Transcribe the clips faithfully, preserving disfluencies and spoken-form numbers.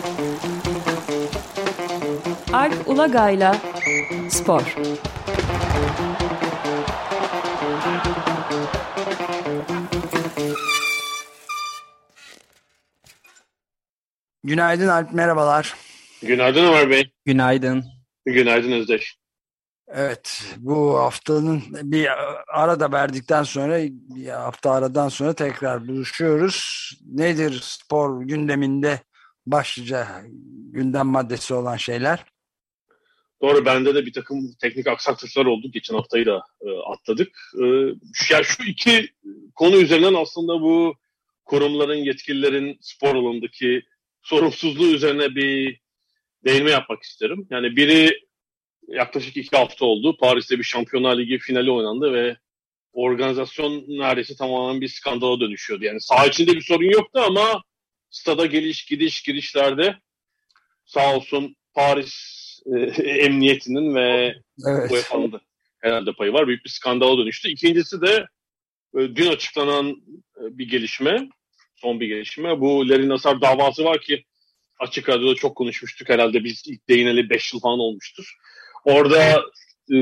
Alp Ulagay'la Spor. Günaydın Alp, merhabalar. Günaydın Ömer Bey. Günaydın. Günaydın Özdeş. Evet, bu haftanın bir ara da verdikten sonra, bir hafta aradan sonra tekrar buluşuyoruz. Nedir spor gündeminde başlıca gündem maddesi olan şeyler? Doğru, bende de bir takım teknik aksaklıklar oldu. Geçen haftayı da e, atladık. E, ya şu iki konu üzerinden aslında bu kurumların, yetkililerin spor alanındaki sorumsuzluğu üzerine bir değinme yapmak isterim. Yani biri yaklaşık iki hafta oldu. Paris'te bir Şampiyonlar Ligi finali oynandı ve organizasyon neredeyse tamamen bir skandala dönüşüyordu. Yani saha içinde bir sorun yoktu ama stada geliş gidiş girişlerde sağ olsun Paris e, emniyetinin ve Evet. U E F A'nın da herhalde payı var. Büyük bir skandala dönüştü. İkincisi de e, dün açıklanan e, bir gelişme, son bir gelişme. Bu Larry Nassar davası var ki açık radyoda çok konuşmuştuk. Herhalde biz ilk değineli beş yıl falan olmuştur. Orada e,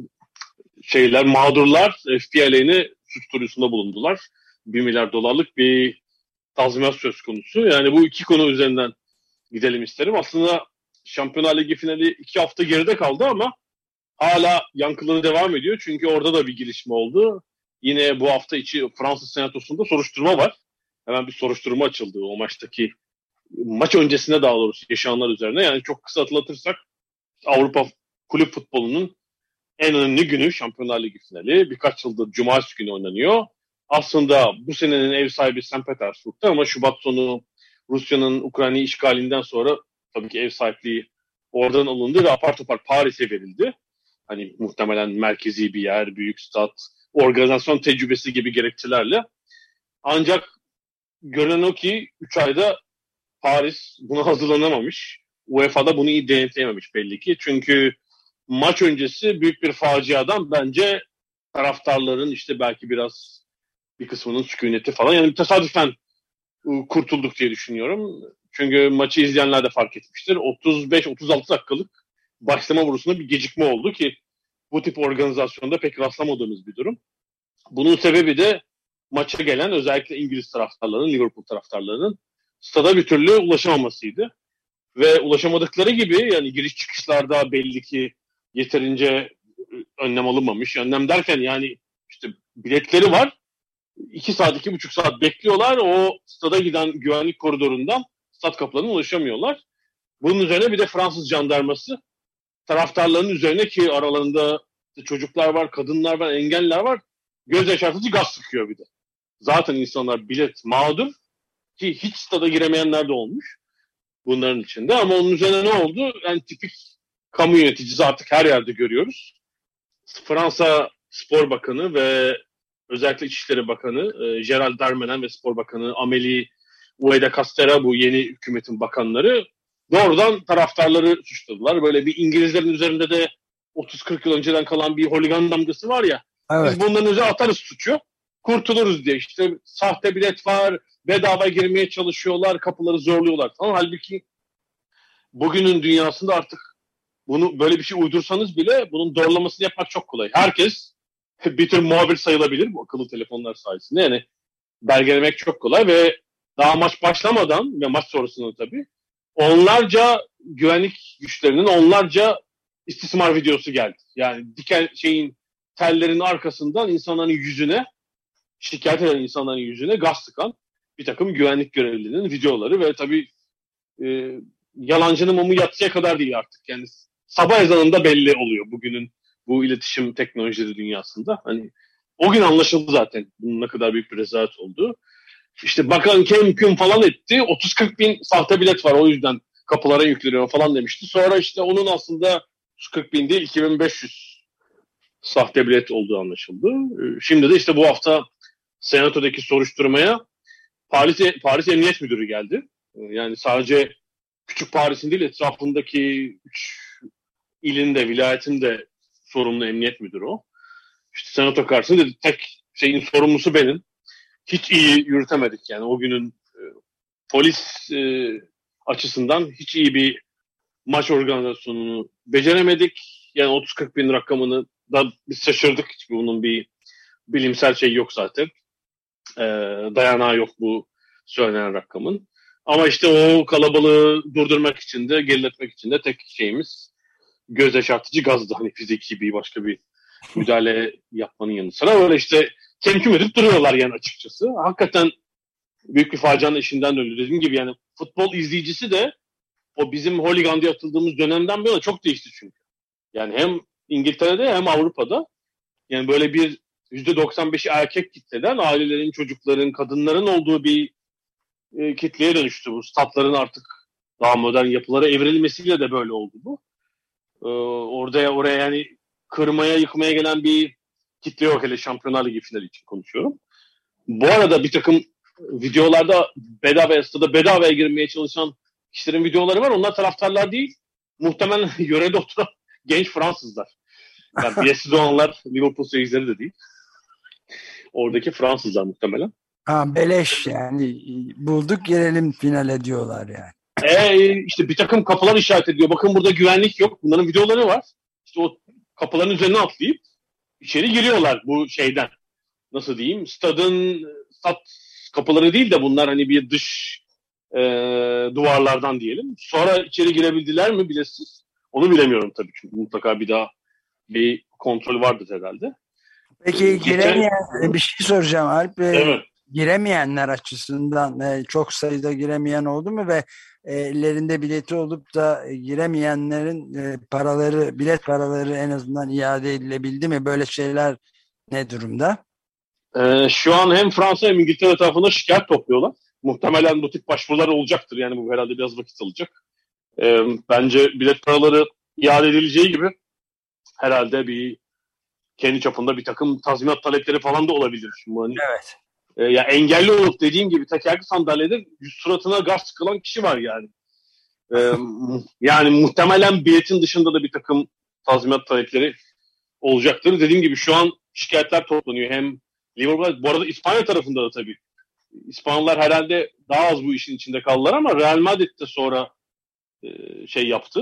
şeyler, mağdurlar F B I aleyhine suç duyurusunda bulundular. Bir milyar dolarlık bir tazminat söz konusu. Yani bu iki konu üzerinden gidelim isterim. Aslında Şampiyonlar Ligi finali iki hafta geride kaldı ama hala yankıları devam ediyor. Çünkü orada da bir gelişme oldu. Yine bu hafta içi Fransız Senatosu'nda soruşturma var. Hemen bir soruşturma açıldı o maçtaki, maç öncesinde daha doğrusu yaşananlar üzerine. Yani çok kısa hatırlatırsak Avrupa kulüp futbolunun en önemli günü Şampiyonlar Ligi finali. Birkaç yıldır Cumartesi günü oynanıyor. Aslında bu senenin ev sahibi Sankt Petersburg'da ama Şubat sonu Rusya'nın Ukrayna'yı işgalinden sonra tabii ki ev sahipliği oradan alındı ve apar topar Paris'e verildi. Hani muhtemelen merkezi bir yer, büyük stat, organizasyon tecrübesi gibi gerekçelerle. Ancak görünen o ki üç ayda Paris buna hazırlanamamış. U E F A'da bunu iyi denetleyememiş belli ki. Çünkü maç öncesi büyük bir faciadan bence taraftarların işte belki biraz bir kısmının sükuneti falan. Yani tesadüfen kurtulduk diye düşünüyorum. Çünkü maçı izleyenler de fark etmiştir. otuz beş otuz altı dakikalık başlama vurusunda bir gecikme oldu ki bu tip organizasyonda pek rastlamadığımız bir durum. Bunun sebebi de maça gelen özellikle İngiliz taraftarlarının, Liverpool taraftarlarının stada bir türlü ulaşamamasıydı. Ve ulaşamadıkları gibi yani giriş çıkışlarda belli ki yeterince önlem alınmamış. Önlem derken yani işte biletleri var. iki saat, iki buçuk saat bekliyorlar. O stada giden güvenlik koridorundan stat kapılarına ulaşamıyorlar. Bunun üzerine bir de Fransız jandarması taraftarların üzerine, ki aralarında çocuklar var, kadınlar var, engelliler var, göz yaşartıcı gaz sıkıyor bir de. Zaten insanlar bilet mağdur ki hiç stada giremeyenler de olmuş bunların içinde. Ama onun üzerine ne oldu? Yani tipik kamu yöneticisi artık her yerde görüyoruz. Fransa Spor Bakanı ve özellikle İçişleri Bakanı e, Gerald Darmanin ve Spor Bakanı Amélie Oudéa-Castéra, bu yeni hükümetin bakanları doğrudan taraftarları suçladılar. Böyle bir İngilizlerin üzerinde de otuz kırk yıl önceden kalan bir holigan damgası var ya. Evet. Biz bunların üzerine atarız suçu. Kurtuluruz diye işte sahte bilet var, bedava girmeye çalışıyorlar, kapıları zorluyorlar falan. Halbuki bugünün dünyasında artık bunu böyle bir şey uydursanız bile bunun doğrulamasını yapmak çok kolay. Herkes bir tür muhabir sayılabilir bu akıllı telefonlar sayesinde. Yani belgelemek çok kolay ve daha maç başlamadan ve maç sonrasında tabii onlarca güvenlik güçlerinin onlarca istismar videosu geldi. Yani diken şeyin tellerin arkasından insanların yüzüne, şikayet eden insanların yüzüne gaz sıkan bir takım güvenlik görevlilerinin videoları ve tabii e, yalancının mumu yatsıya kadar değil artık. Yani sabah ezanında belli oluyor bugünün bu iletişim teknolojileri dünyasında. Hani o gün anlaşıldı zaten bunun ne kadar büyük bir rezalet olduğu. İşte bakan kem küm falan etti. otuz kırk bin sahte bilet var, o yüzden kapılara yükleniyor falan demişti. Sonra işte onun aslında otuz kırk bin değil iki bin beş yüz sahte bilet olduğu anlaşıldı. Şimdi de işte bu hafta Senato'daki soruşturmaya Paris, Paris Emniyet Müdürü geldi. Yani sadece küçük Paris'in değil, etrafındaki üç ilin de vilayetin de sorumlu emniyet müdürü o. İşte Senato karşısında dedi, tek şeyin sorumlusu benim. Hiç iyi yürütemedik yani o günün e, polis e, açısından hiç iyi bir maç organizasyonunu beceremedik. Yani otuz kırk bin rakamını da biz şaşırdık. Hiç bunun bir bilimsel şey yok zaten. Ee, dayanağı yok bu söylenen rakamın. Ama işte o kalabalığı durdurmak için de, geriletmek için de tek şeyimiz göz yaşartıcı gazdı. Hani fiziki bir başka bir müdahale yapmanın yanı sıra. Öyle işte temkin edip duruyorlar yani açıkçası. Hakikaten büyük bir facianın eşiğinden döndü. Dediğim gibi yani futbol izleyicisi de o bizim hooligan diye atıldığımız dönemden beri çok değişti çünkü. Yani hem İngiltere'de hem Avrupa'da yani böyle bir yüzde doksan beşi erkek kitleden ailelerin, çocukların, kadınların olduğu bir e, kitleye dönüştü bu. Statların artık daha modern yapılara evrilmesiyle de böyle oldu bu. Ee, orada oraya yani kırmaya, yıkmaya gelen bir kitle yok, hele Şampiyonlar Ligi finali için konuşuyorum. Bu arada bir takım videolarda bedava, stada bedavaya girmeye çalışan kişilerin videoları var. Onlar taraftarlar değil. Muhtemelen yörede oturan genç Fransızlar. Yani biletsiz olanlar Liverpool seyircileri de değil. Oradaki Fransızlar muhtemelen. Ha, beleş yani. Bulduk gelelim finale diyorlar yani. E, işte bir takım kapılar işaret ediyor. Bakın burada güvenlik yok. Bunların videoları var. İşte o kapıların üzerine atlayıp içeri giriyorlar bu şeyden. Nasıl diyeyim? Stadın stat kapıları değil de bunlar hani bir dış e, duvarlardan diyelim. Sonra içeri girebildiler mi biletsiz. Onu bilemiyorum tabii çünkü mutlaka bir daha bir kontrol vardır herhalde. Peki giremeyen bir şey soracağım Alp. Evet. Giremeyenler açısından çok sayıda giremeyen oldu mu ve ellerinde bileti olup da giremeyenlerin paraları, bilet paraları en azından iade edilebildi mi? Böyle şeyler ne durumda? Ee, şu an hem Fransa hem İngiltere tarafında şikayet topluyorlar. Muhtemelen bu tip başvurular olacaktır. Yani bu herhalde biraz vakit alacak. Ee, bence bilet paraları iade edileceği gibi herhalde bir kendi çapında bir takım tazminat talepleri falan da olabilir. Şimdi hani, evet. E, ya engelli olup dediğim gibi tekerlekli sandalyede suratına gaz sıkılan kişi var yani. Ee, yani muhtemelen biletin dışında da bir takım tazminat talepleri olacaktır. Dediğim gibi şu an şikayetler toplanıyor. Hem Liverpool, bu arada İspanya tarafında da tabii. İspanyollar herhalde daha az bu işin içinde kaldılar ama Real Madrid de sonra e, şey yaptı.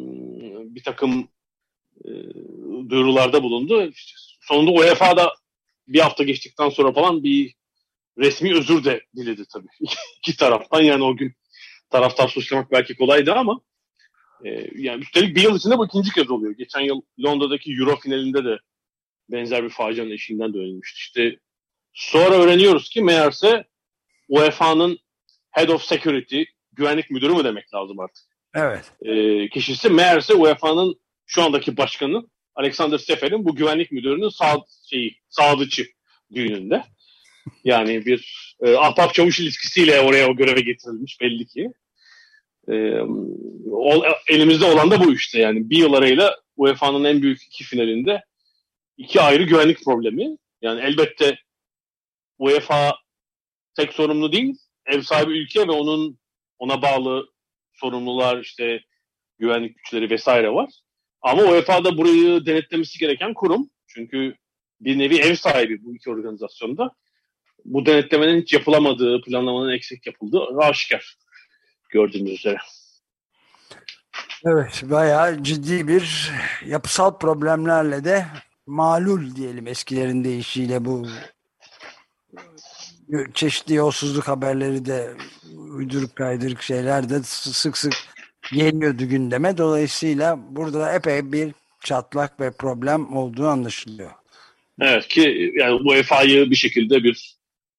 Bir takım e, duyurularda bulundu. İşte sonunda U E F A'da bir hafta geçtikten sonra falan bir resmi özür de diledi tabii. İki taraftan yani o gün taraftar suçlamak belki kolaydı ama e, yani üstelik bir yıl içinde bu ikinci kez oluyor. Geçen yıl Londra'daki Euro finalinde de benzer bir facianın eşiğinden dönülmüştü. İşte sonra öğreniyoruz ki meğerse U E F A'nın Head of Security, güvenlik müdürü mü demek lazım artık? Evet. E, kişisi meğerse U E F A'nın şu andaki başkanı Alexander Sefer'in bu güvenlik müdürünün sağ, şeyi, sadıçı düğününde. Yani bir e, ahbap çavuş ilişkisiyle oraya o göreve getirilmiş belli ki. E, o, elimizde olan da bu işte yani. Bir yıl arayla U E F A'nın en büyük iki finalinde iki ayrı güvenlik problemi. Yani elbette U E F A tek sorumlu değil. Ev sahibi ülke ve onun ona bağlı sorumlular işte güvenlik güçleri vesaire var. Ama U E F A'da burayı denetlemesi gereken kurum. Çünkü bir nevi ev sahibi bu iki organizasyonda. Bu denetlemenin hiç yapılamadığı, planlamanın eksik yapıldığı aşikar gördüğünüz üzere. Evet, bayağı ciddi bir yapısal problemlerle de malul diyelim eskilerin deyişiyle bu çeşitli yolsuzluk haberleri de uyduruk kaydırık şeyler de sık sık geliyordu gündeme. Dolayısıyla burada epey bir çatlak ve problem olduğu anlaşılıyor. Evet ki yani U E F A'yı bir şekilde bir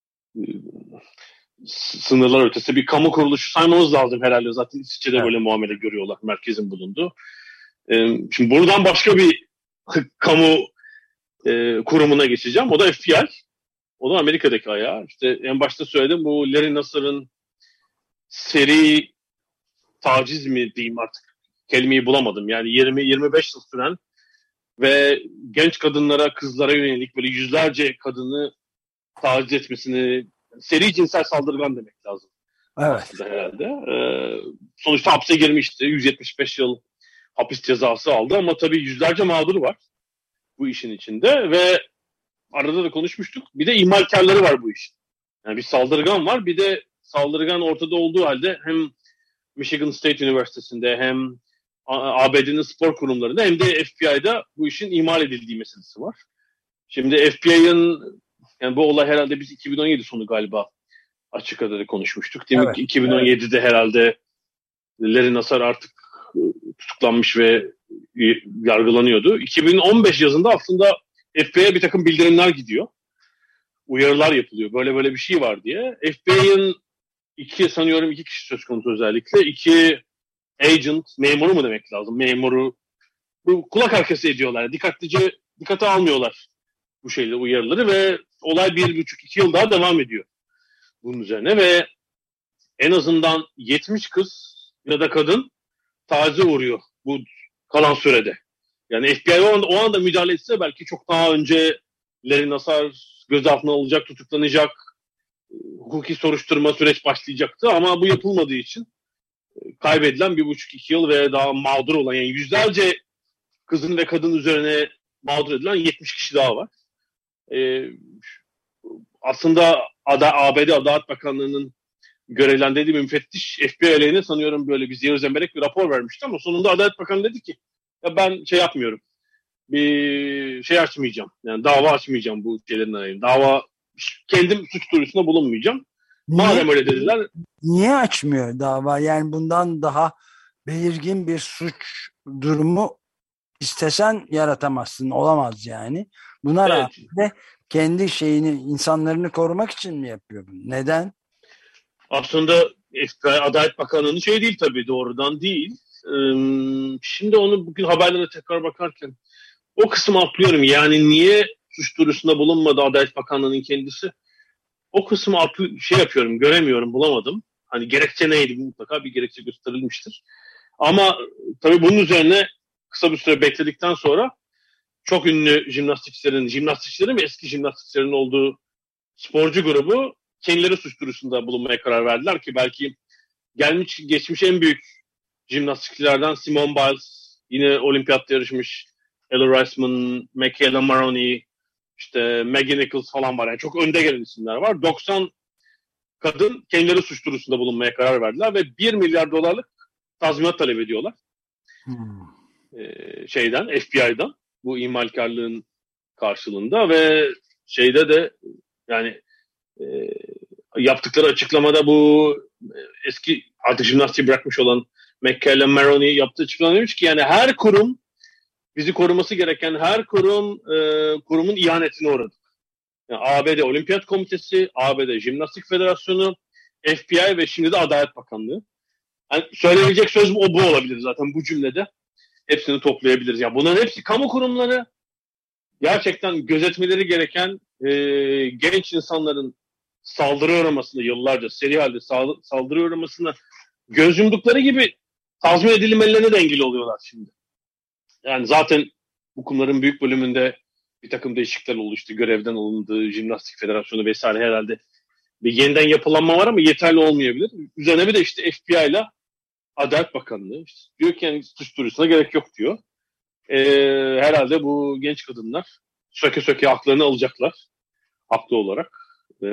sınırlar ötesi bir kamu kuruluşu saymamız lazım herhalde. Zaten İsviçre'de evet. Böyle muamele görüyorlar. Merkezin bulunduğu. Şimdi buradan başka bir kamu kurumuna geçeceğim. O da F B I. O da Amerika'daki ayağı. İşte en başta söyledim bu Larry Nassar'ın seri taciz mi diyeyim artık kelimeyi bulamadım. Yani yirmi yirmi beş yıl süren ve genç kadınlara, kızlara yönelik böyle yüzlerce kadını taciz etmesini, seri cinsel saldırgan demek lazım. Evet. Aslında herhalde. Ee, sonuçta hapse girmişti. yüz yetmiş beş yıl hapis cezası aldı ama tabii yüzlerce mağdur var bu işin içinde ve arada da konuşmuştuk. Bir de ihmalkarları var bu işin. Yani bir saldırgan var, bir de saldırgan ortada olduğu halde hem Michigan State Üniversitesi'nde hem A B D'nin spor kurumlarında hem de F B I'da bu işin ihmal edildiği meselesi var. Şimdi F B I'ın yani bu olay herhalde biz iki bin on yedi sonu galiba açık adada konuşmuştuk. Değil evet, mi? iki bin on yedide evet. Herhalde Larry Nassar artık tutuklanmış ve yargılanıyordu. iki bin on beş yazında aslında F B I'ye bir takım bildirimler gidiyor. Uyarılar yapılıyor. Böyle böyle bir şey var diye. F B I'ın iki sanıyorum iki kişi söz konusu özellikle. İki agent, memuru mu demek lazım? Memuru bu kulak arkası ediyorlar. Dikkatlice dikkate almıyorlar bu şeyleri, uyarıları ve olay bir buçuk iki yıl daha devam ediyor bunun üzerine ve en azından yetmiş kız ya da kadın tacize uğruyor bu kalan sürede. Yani F B I o anda, o anda müdahale etse belki çok daha önce Larry Nassar gözaltına alınacak, tutuklanacak, hukuki soruşturma süreç başlayacaktı ama bu yapılmadığı için kaybedilen bir buçuk iki yıl ve daha mağdur olan yani yüzlerce kızın ve kadın üzerine mağdur edilen yetmiş kişi daha var. Ee, aslında A B D Adalet Bakanlığı'nın görevlendirdiği bir müfettiş F B I aleyhine sanıyorum böyle bir zehir zemberek bir rapor vermişti ama sonunda Adalet Bakanı dedi ki ya ben şey yapmıyorum. Bir şey açmayacağım. Yani dava açmayacağım bu şeylerin aleyhine. Dava kendim suç duyurusunda bulunmayacağım. Niye? Madem öyle dediler. Niye açmıyor dava? Yani bundan daha belirgin bir suç durumu istesen yaratamazsın. Olamaz yani. Buna Evet. rağmen de kendi şeyini, insanlarını korumak için mi yapıyor bunu? Neden? Aslında Adalet Bakanlığı'nın şey değil tabii, doğrudan değil. Ee, şimdi onu bugün haberlere tekrar bakarken o kısmı atlıyorum. Yani niye suç duyurusunda bulunmadı Adalet Bakanlığı'nın kendisi? O kısmı atlı, şey yapıyorum, göremiyorum, bulamadım. Hani gerekçe neydi? Mutlaka bir gerekçe gösterilmiştir. Ama tabii bunun üzerine kısa bir süre bekledikten sonra çok ünlü jimnastikçilerin, jimnastikçilerin ve eski jimnastikçilerin olduğu sporcu grubu kendileri suç duyurusunda bulunmaya karar verdiler ki belki gelmiş geçmiş en büyük jimnastikçilerden Simone Biles, yine olimpiyatta yarışmış Ella Riceman, Michaela Maroney, işte Maggie Nichols falan var. Yani çok önde gelen isimler var. doksan kadın kendileri suç duyurusunda bulunmaya karar verdiler ve bir milyar dolarlık tazminat talep ediyorlar. Hmm. Ee, şeyden, F B I'dan bu ihmalkarlığın karşılığında ve şeyde de yani e, yaptıkları açıklamada bu eski artık jimnastiği bırakmış olan Michaela Maroney yaptığı açıklamada demiş ki yani her kurum, bizi koruması gereken her kurum e, kurumun ihanetine uğradı. Yani A B D Olimpiyat Komitesi, A B D Jimnastik Federasyonu, F B I ve şimdi de Adalet Bakanlığı. Yani söylenecek söz o bu olabilir zaten bu cümlede. Hepsini toplayabiliriz. Yani bunların hepsi kamu kurumları, gerçekten gözetmeleri gereken e, genç insanların saldırı uğramasına, yıllarca seri halde saldırı uğramasına göz yumdukları gibi tazmin edilmelerine de engel oluyorlar şimdi. Yani zaten bu konuların büyük bölümünde bir takım değişiklikler oldu. İşte görevden alındı, Jimnastik Federasyonu vesaire, herhalde bir yeniden yapılanma var ama yeterli olmayabilir. Üzerine bir de işte F B I ile Adalet Bakanlığı işte diyor ki yani suç duyurusuna gerek yok diyor. Ee, herhalde bu genç kadınlar söke söke haklarını alacaklar. Haklı olarak. Ee,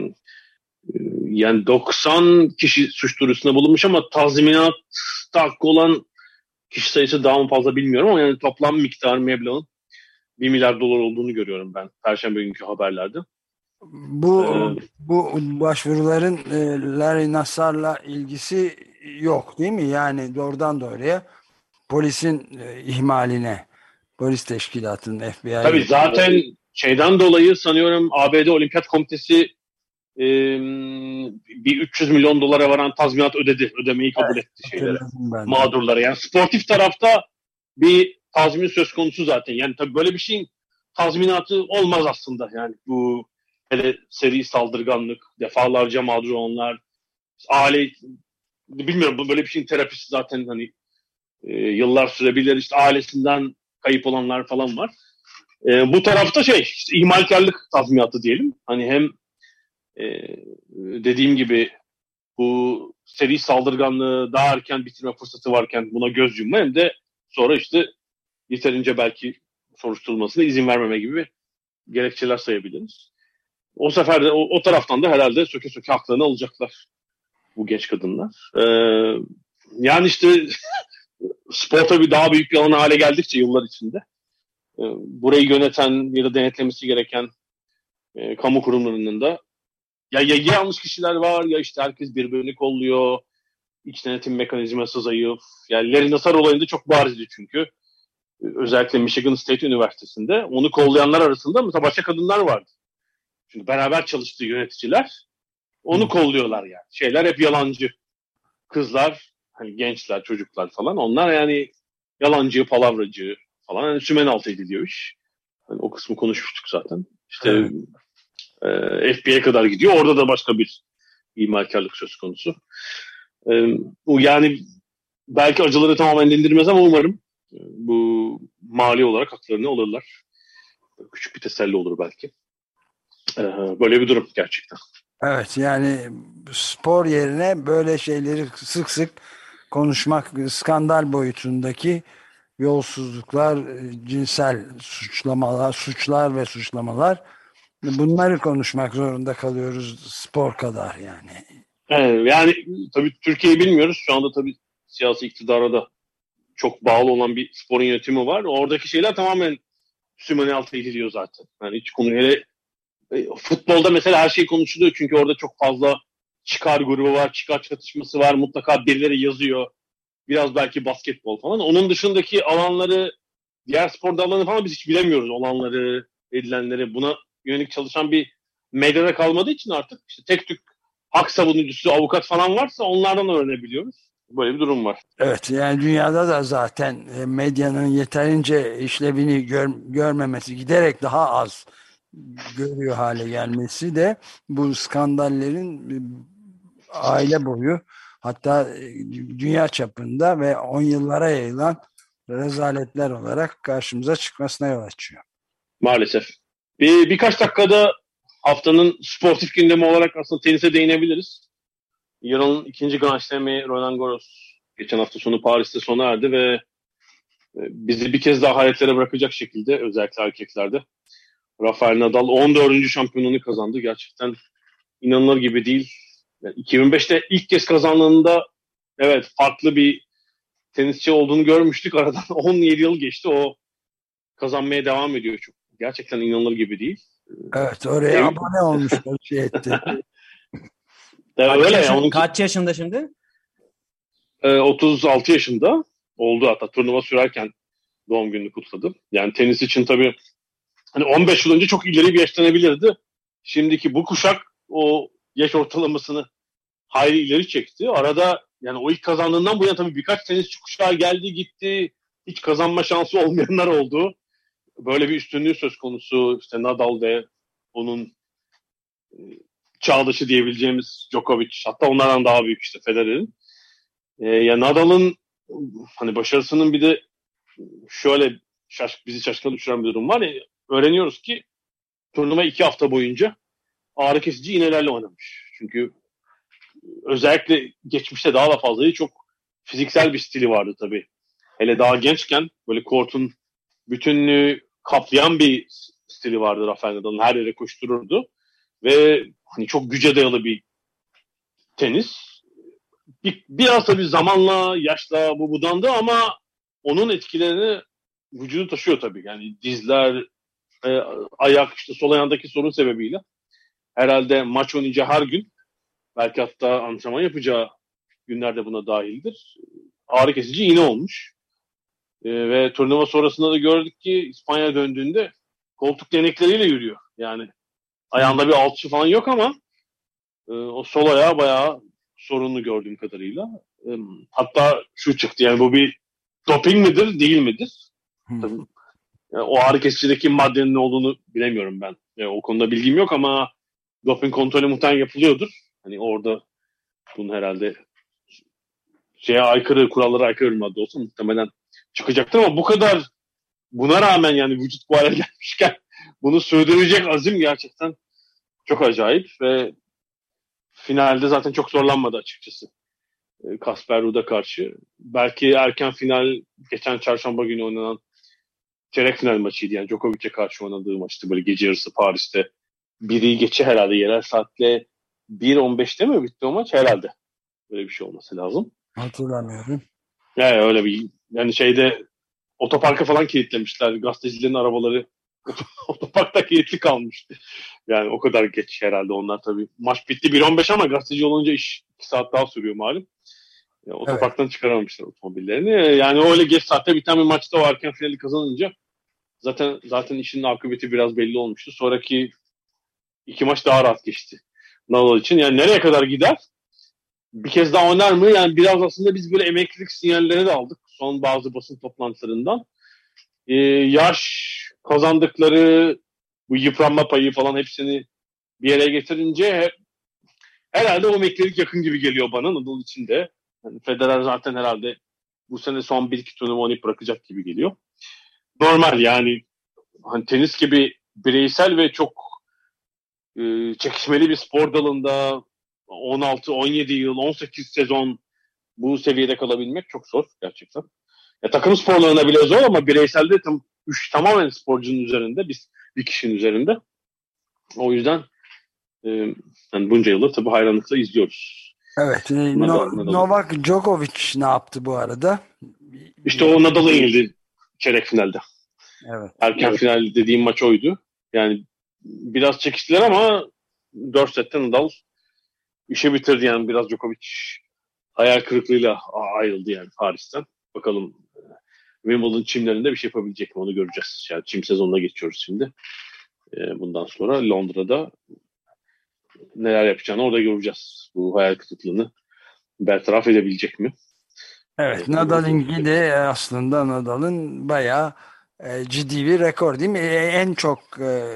yani doksan kişi suç duyurusunda bulunmuş ama tazminat hakkı olan kişi sayısı daha mı fazla bilmiyorum ama yani toplam miktar meblağın bir milyar dolar olduğunu görüyorum ben Perşembe günkü haberlerde. Bu ee, bu başvuruların e, Larry Nassar'la ilgisi yok değil mi? Yani doğrudan doğruya polisin e, ihmaline, polis teşkilatının F B I. Tabii zaten şeyden dolayı sanıyorum A B D Olimpiyat Komitesi e, bir üç yüz milyon dolara varan tazminat ödedi. Ödemeyi kabul evet, etti şeylere, mağdurlara. Yani sportif tarafta bir tazmin söz konusu zaten. Yani tabii böyle bir şeyin tazminatı olmaz aslında. Yani bu hele seri saldırganlık, defalarca mağdur olanlar, aile, bilmiyorum, böyle bir şeyin terapisi zaten hani e, yıllar sürebilir. İşte ailesinden kayıp olanlar falan var. E, bu tarafta şey, işte ihmalkarlık tazminatı diyelim. Hani hem e, dediğim gibi bu seri saldırganlığı daha erken bitirme fırsatı varken buna göz yumma, hem de sonra işte yeterince belki soruşturulmasına izin vermeme gibi gerekçeler sayabiliriz. O sefer de o, o taraftan da herhalde söke söke haklarını alacaklar bu genç kadınlar. Ee, Yani işte spor tabii daha büyük bir alan hale geldikçe yıllar içinde e, burayı yöneten ya da denetlemesi gereken e, kamu kurumlarının da ya, ya yanlış kişiler var ya işte herkes birbirini kolluyor. İç denetim mekanizması zayıf. Yani Larry Nassar olayında çok barizdi çünkü. Özellikle Michigan State Üniversitesi'nde onu kollayanlar arasında mesela başka kadınlar vardı. Çünkü beraber çalıştığı yöneticiler onu kolluyorlar yani. Şeyler hep yalancı. Kızlar, hani gençler, çocuklar falan onlar yani yalancı, palavracı falan. Yani sümen altı ediliyor iş. Yani o kısmı konuşmuştuk zaten. İşte evet. e, F B I'ye kadar gidiyor. Orada da başka bir imalkarlık söz konusu. E, bu yani belki acıları tamamen dindirmez ama umarım e, bu mali olarak haklarını alırlar. Küçük bir teselli olur belki. E, böyle bir durum gerçekten. Evet, yani spor yerine böyle şeyleri sık sık konuşmak, skandal boyutundaki yolsuzluklar, cinsel suçlamalar, suçlar ve suçlamalar, bunları konuşmak zorunda kalıyoruz spor kadar yani. Evet, yani tabii Türkiye'yi bilmiyoruz. Şu anda tabii siyasi iktidara da çok bağlı olan bir sporun yönetimi var. Oradaki şeyler tamamen sümeni altı ediliyor zaten. Yani hiç konu hele e, futbolda mesela her şey konuşuluyor çünkü orada çok fazla çıkar grubu var, çıkar çatışması var. Mutlaka birileri yazıyor. Biraz belki basketbol falan. Onun dışındaki alanları, diğer spor dallarını falan biz hiç bilemiyoruz. Olanları, edilenleri. Buna yönelik çalışan bir medyada kalmadığı için artık işte tek tük hak savunucusu, avukat falan varsa onlardan öğrenebiliyoruz. Böyle bir durum var. Evet, yani dünyada da zaten medyanın yeterince işlevini gör, görmemesi, giderek daha az görüyor hale gelmesi de bu skandallerin aile boyu, hatta dünya çapında ve on yıllara yayılan rezaletler olarak karşımıza çıkmasına yol açıyor. Maalesef. Bir, birkaç dakikada haftanın sportif gündemi olarak aslında tenise değinebiliriz. Yarın ikinci Grand Slam'i Roland Garros geçen hafta sonu Paris'te sona erdi ve bizi bir kez daha hayretlere bırakacak şekilde özellikle erkeklerde Rafael Nadal on dördüncü şampiyonluğunu kazandı. Gerçekten inanılır gibi değil. Yani iki bin beşte ilk kez kazandığında evet farklı bir tenisçi olduğunu görmüştük. Aradan on yedi yıl geçti. O kazanmaya devam ediyor. Çok gerçekten inanılır gibi değil. Evet, oraya Ev... abone olmuş o şey etti. Kaç, öyle yaşın, onun... kaç yaşında şimdi? Ee, otuz altı yaşında oldu, hatta turnuva sürerken doğum gününü kutladı. Yani tenis için tabii hani on beş yıl önce çok ileri bir yaş denebilirdi. Şimdiki bu kuşak o yaş ortalamasını hayli ileri çekti. Arada yani o ilk kazandığından bu yana tabii birkaç tenisçi kuşağı geldi gitti. Hiç kazanma şansı olmayanlar oldu. Böyle bir üstünlüğü söz konusu. İşte Nadal ve onun çağdaşı diyebileceğimiz Djokovic, hatta onlardan daha büyük işte Federer'in. Ee, ya Nadal'ın hani başarısının bir de şöyle şaş, bizi şaşkına düşüren bir durum var. Ya, öğreniyoruz ki turnuva iki hafta boyunca ağrı kesici iğnelerle oynamış. Çünkü özellikle geçmişte daha da fazla çok fiziksel bir stili vardı tabii. Hele daha gençken böyle kortun bütünlüğü kaplayan bir stili vardı Rafael Nadal'ın. Her yere koştururdu. Ve hani çok güce dayalı bir tenis. Bir, biraz tabii zamanla, yaşla bu budandı ama onun etkilerini vücudu taşıyor tabii. Yani dizler, e, ayak, işte sol ayağındaki sorun sebebiyle herhalde maç oynayınca her gün, belki hatta antrenman yapacağı günlerde buna dahildir. Ağrı kesici iğne olmuş. E, ve turnuva sonrasında da gördük ki İspanya'ya döndüğünde koltuk değnekleriyle yürüyor. Yani ayağında bir alçı falan yok ama e, o sol ayağı bayağı sorunlu gördüğüm kadarıyla. E, hatta şu çıktı, yani bu bir doping midir değil midir? Tabii, yani o ağrı kesicideki maddenin ne olduğunu bilemiyorum ben. Yani o konuda bilgim yok ama doping kontrolü muhtemelen yapılıyordur. Hani orada bunun herhalde şeye aykırı, kurallara aykırı bir madde olsa muhtemelen çıkacaktır ama bu kadar, buna rağmen yani vücut bu hale gelmişken bunu sürdürecek azim gerçekten çok acayip ve finalde zaten çok zorlanmadı açıkçası Kasper Ruud'a karşı. Belki erken final geçen çarşamba günü oynanan çeyrek final maçıydı, yani Djokovic'e karşı oynadığı maçtı, böyle gece yarısı Paris'te. Biri geçe herhalde yerel saatle bir on beşte mi bitti o maç? Herhalde. Böyle bir şey olması lazım. Hatırlamıyorum. Yani öyle bir yani şeyde otoparka falan kilitlemişler. Gazetecilerin arabaları otoparkta kilitli kalmıştı. Yani o kadar geç herhalde onlar tabii. Maç bitti bir on beş ama gazeteci olunca iş iki saat daha sürüyor malum. Yani Evet. otoparktan çıkaramamışlar otomobillerini. Yani öyle geç saatte biten bir maçta o erken finali kazanınca zaten zaten işin akıbeti biraz belli olmuştu. Sonraki iki maç daha rahat geçti Nadal için. Yani nereye kadar gider? Bir kez daha oynar mı? Yani biraz aslında biz böyle emeklilik sinyalleri de aldık son bazı basın toplantılarından. Ee, yaş kazandıkları bu yıpranma payı falan hepsini bir yere getirince herhalde o emeklilik yakın gibi geliyor bana Nadal için de. Yani Federer zaten herhalde bu sene son bir iki turnuva oynayıp bırakacak gibi geliyor. Normal yani hani tenis gibi bireysel ve çok e, çekişmeli bir spor dalında on altı on yedi yıl, on sekiz sezon bu seviyede kalabilmek çok zor gerçekten. Ya, takım sporlarına bile zor ama bireyselde tam, üç tamamen sporcunun üzerinde, bir, bir kişinin üzerinde. O yüzden e, yani bunca yıldır tabii hayranlıkla izliyoruz. Evet. Nadal, No- Nadal'ı. Novak Djokovic ne yaptı bu arada? İşte o Nadal'a yenildi çeyrek finalde. Evet. Erken evet. Final dediğim maç oydu. Yani biraz çekiştiler ama dört sette Nadal işi bitirdi yani biraz Djokovic hayal kırıklığıyla ayrıldı yani Paris'ten. Bakalım Wimbledon çimlerinde bir şey yapabilecek mi onu göreceğiz. Yani çim sezonuna geçiyoruz şimdi. Bundan sonra Londra'da neler yapacağını orada göreceğiz. Bu hayal kırıklığını bertaraf edebilecek mi? Evet, Nadal'inki de aslında Nadal'ın bayağı e, ciddi bir rekor değil mi? E, en çok e,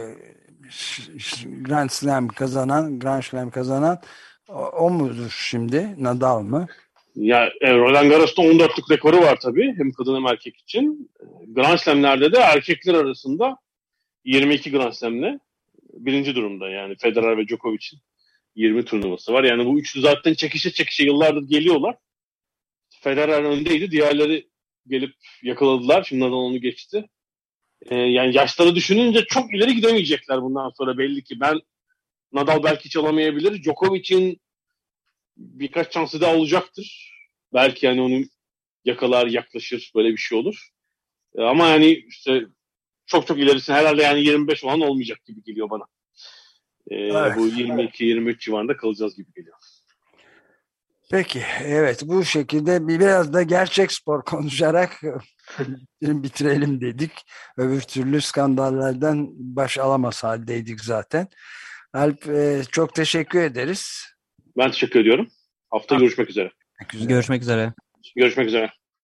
Grand Slam kazanan, Grand Slam kazanan o, o mudur şimdi? Nadal mı? Ya e, Roland Garros'ta on dörtlük rekoru var tabii hem kadın hem erkek için. Grand Slam'lerde de erkekler arasında yirmi iki Grand Slam'le birinci durumda yani Federer ve Djokovic'in yirmi turnuvası var. Yani bu üçlü zaten çekişe çekişe yıllardır geliyorlar. Federer öndeydi. Diğerleri gelip yakaladılar. Şimdi Nadal onu geçti. Ee, yani yaşları düşününce çok ileri gidemeyecekler bundan sonra belli ki. Ben Nadal belki hiç alamayabilir. Djokovic'in birkaç şansı daha olacaktır. Belki yani onu yakalar, yaklaşır. Böyle bir şey olur. Ee, ama yani işte çok çok ilerisine herhalde yani yirmi beş olan olmayacak gibi geliyor bana. Ee, Evet. Bu yirmi iki yirmi üç civarında kalacağız gibi geliyor. Peki, evet bu şekilde biraz da gerçek spor konuşarak bitirelim dedik. Öbür türlü skandallardan baş alamaz haldeydik zaten. Alp, e, çok teşekkür ederiz. Ben teşekkür ediyorum. Hafta görüşmek üzere. Güzel. Görüşmek üzere. Görüşmek üzere.